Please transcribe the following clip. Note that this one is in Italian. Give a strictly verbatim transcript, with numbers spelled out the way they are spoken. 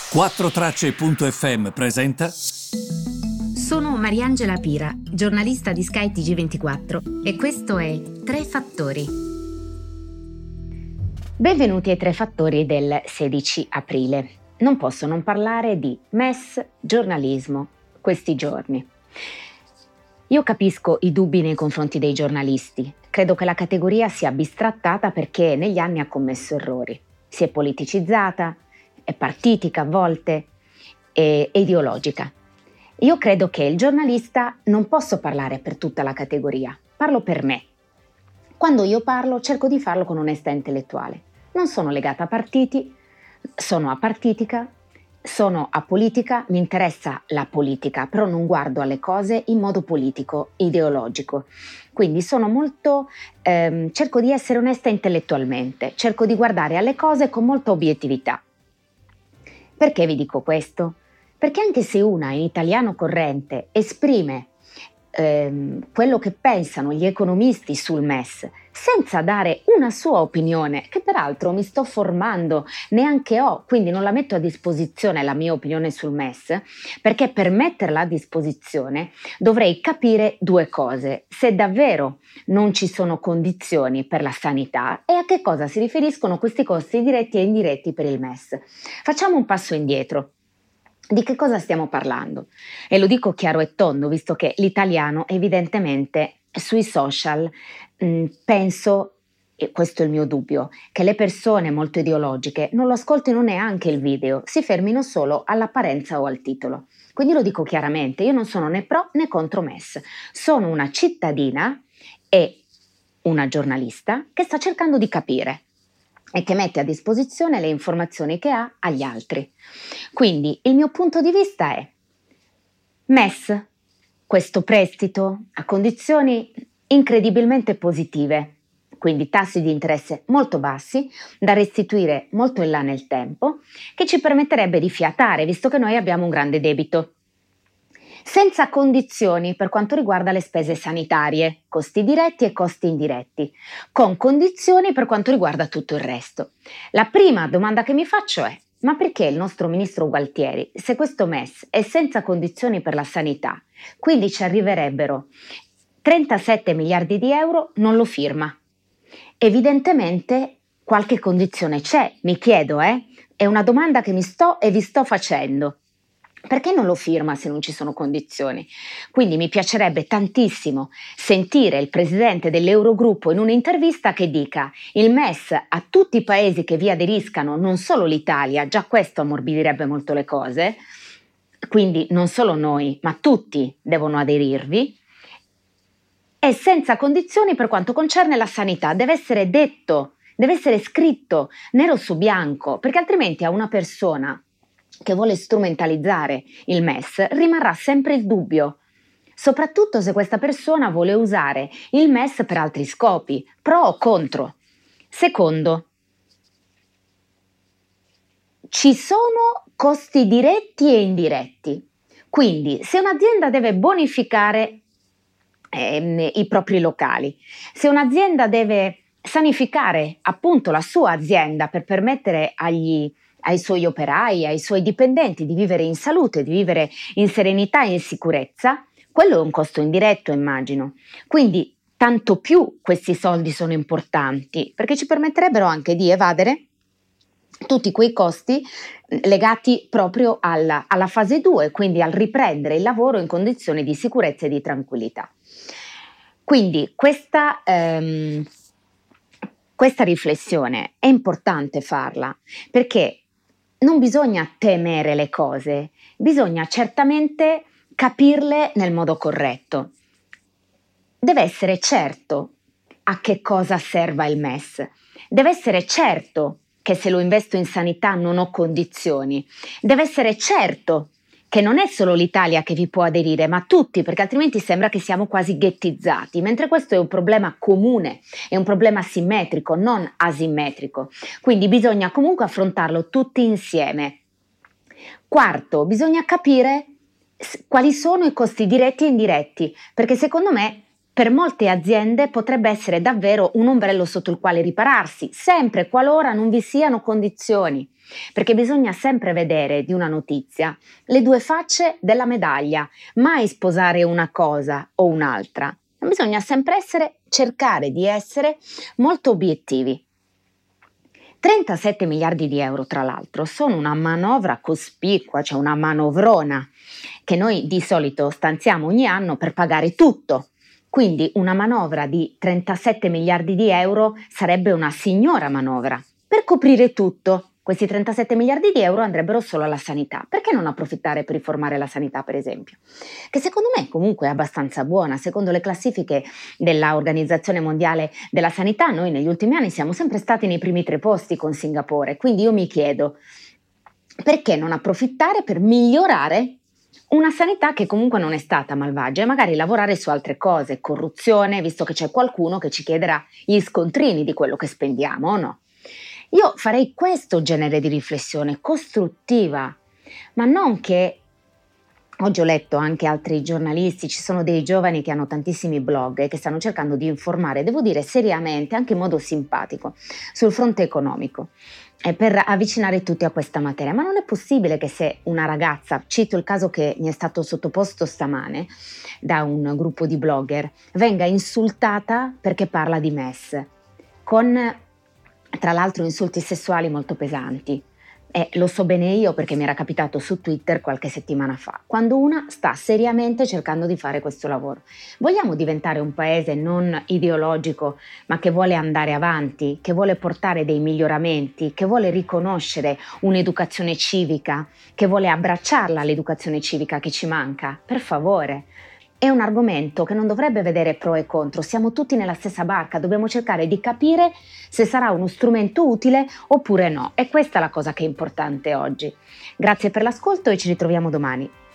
quattro tracce punto effe emme presenta. Sono Mariangela Pira, giornalista di Sky T G ventiquattro e questo è Tre Fattori. Benvenuti ai Tre Fattori del sedici aprile. Non posso non parlare di M E S, giornalismo, questi giorni. Io capisco i dubbi nei confronti dei giornalisti. Credo che la categoria sia bistrattata perché negli anni ha commesso errori. Si è politicizzata, è partitica a volte, è ideologica. Io credo che il giornalista non posso parlare per tutta la categoria, parlo per me. Quando io parlo cerco di farlo con onestà intellettuale. Non sono legata a partiti, sono apartitica, sono apolitica, mi interessa la politica, però non guardo alle cose in modo politico, ideologico. Quindi sono molto, ehm, cerco di essere onesta intellettualmente, cerco di guardare alle cose con molta obiettività. Perché vi dico questo? Perché anche se una in italiano corrente esprime ehm, quello che pensano gli economisti sul M E S senza dare una sua opinione, che peraltro mi sto formando, neanche ho, quindi non la metto a disposizione la mia opinione sul M E S, perché per metterla a disposizione dovrei capire due cose: se davvero non ci sono condizioni per la sanità e a che cosa si riferiscono questi costi diretti e indiretti per il M E S. Facciamo un passo indietro. Di che cosa stiamo parlando? E lo dico chiaro e tondo, visto che l'italiano evidentemente sui social mh, penso, e questo è il mio dubbio, che le persone molto ideologiche non lo ascoltino neanche il video, si fermino solo all'apparenza o al titolo. Quindi lo dico chiaramente, io non sono né pro né contro M E S, sono una cittadina e una giornalista che sta cercando di capire e che mette a disposizione le informazioni che ha agli altri. Quindi il mio punto di vista è: M E S, questo prestito a condizioni incredibilmente positive, quindi tassi di interesse molto bassi, da restituire molto in là nel tempo, che ci permetterebbe di fiatare, visto che noi abbiamo un grande debito. Senza condizioni per quanto riguarda le spese sanitarie, costi diretti e costi indiretti, con condizioni per quanto riguarda tutto il resto. La prima domanda che mi faccio è: ma perché il nostro ministro Gualtieri, se questo M E S è senza condizioni per la sanità, quindi ci arriverebbero trentasette miliardi di euro, non lo firma? Evidentemente qualche condizione c'è, mi chiedo, eh? È una domanda che mi sto e vi sto facendo. Perché non lo firma se non ci sono condizioni? Quindi mi piacerebbe tantissimo sentire il presidente dell'Eurogruppo in un'intervista che dica: il M E S a tutti i paesi che vi aderiscano, non solo l'Italia, già questo ammorbidirebbe molto le cose, quindi non solo noi, ma tutti devono aderirvi, e senza condizioni per quanto concerne la sanità. Deve essere detto, deve essere scritto nero su bianco, perché altrimenti a una persona che vuole strumentalizzare il M E S rimarrà sempre il dubbio, soprattutto se questa persona vuole usare il M E S per altri scopi, pro o contro. Secondo, ci sono costi diretti e indiretti, quindi se un'azienda deve bonificare ehm, i propri locali, se un'azienda deve sanificare appunto la sua azienda per permettere agli ai suoi operai, ai suoi dipendenti di vivere in salute, di vivere in serenità e in sicurezza, quello è un costo indiretto, immagino. Quindi tanto più questi soldi sono importanti, perché ci permetterebbero anche di evadere tutti quei costi legati proprio alla, alla fase due, quindi al riprendere il lavoro in condizioni di sicurezza e di tranquillità. Quindi questa... Ehm, questa riflessione è importante farla, perché non bisogna temere le cose, bisogna certamente capirle nel modo corretto. Deve essere certo a che cosa serva il M E S, deve essere certo che se lo investo in sanità non ho condizioni, deve essere certo che non è solo l'Italia che vi può aderire, ma tutti, perché altrimenti sembra che siamo quasi ghettizzati, mentre questo è un problema comune, è un problema simmetrico, non asimmetrico, quindi bisogna comunque affrontarlo tutti insieme. Quarto, bisogna capire quali sono i costi diretti e indiretti, perché secondo me per molte aziende potrebbe essere davvero un ombrello sotto il quale ripararsi, sempre qualora non vi siano condizioni, perché bisogna sempre vedere di una notizia le due facce della medaglia, mai sposare una cosa o un'altra. Bisogna sempre essere, cercare di essere molto obiettivi. trentasette miliardi di euro, tra l'altro, sono una manovra cospicua, cioè una manovrona, che noi di solito stanziamo ogni anno per pagare tutto. Quindi una manovra di trentasette miliardi di euro sarebbe una signora manovra per coprire tutto. Questi trentasette miliardi di euro andrebbero solo alla sanità. Perché non approfittare per riformare la sanità, per esempio? Che secondo me comunque è abbastanza buona. Secondo le classifiche dell'Organizzazione Mondiale della Sanità, noi negli ultimi anni siamo sempre stati nei primi tre posti con Singapore. Quindi io mi chiedo, perché non approfittare per migliorare una sanità che comunque non è stata malvagia e magari lavorare su altre cose, corruzione, visto che c'è qualcuno che ci chiederà gli scontrini di quello che spendiamo, o no? Io farei questo genere di riflessione costruttiva, ma non che oggi ho letto anche altri giornalisti, ci sono dei giovani che hanno tantissimi blog e che stanno cercando di informare, devo dire seriamente, anche in modo simpatico, sul fronte economico, e per avvicinare tutti a questa materia. Ma non è possibile che se una ragazza, cito il caso che mi è stato sottoposto stamane da un gruppo di blogger, venga insultata perché parla di M E S, con tra l'altro insulti sessuali molto pesanti. E lo so bene io perché mi era capitato su Twitter qualche settimana fa, quando una sta seriamente cercando di fare questo lavoro. Vogliamo diventare un paese non ideologico, ma che vuole andare avanti, che vuole portare dei miglioramenti, che vuole riconoscere un'educazione civica, che vuole abbracciarla l'educazione civica che ci manca? Per favore. È un argomento che non dovrebbe vedere pro e contro, siamo tutti nella stessa barca, dobbiamo cercare di capire se sarà uno strumento utile oppure no. E questa è la cosa che è importante oggi. Grazie per l'ascolto e ci ritroviamo domani.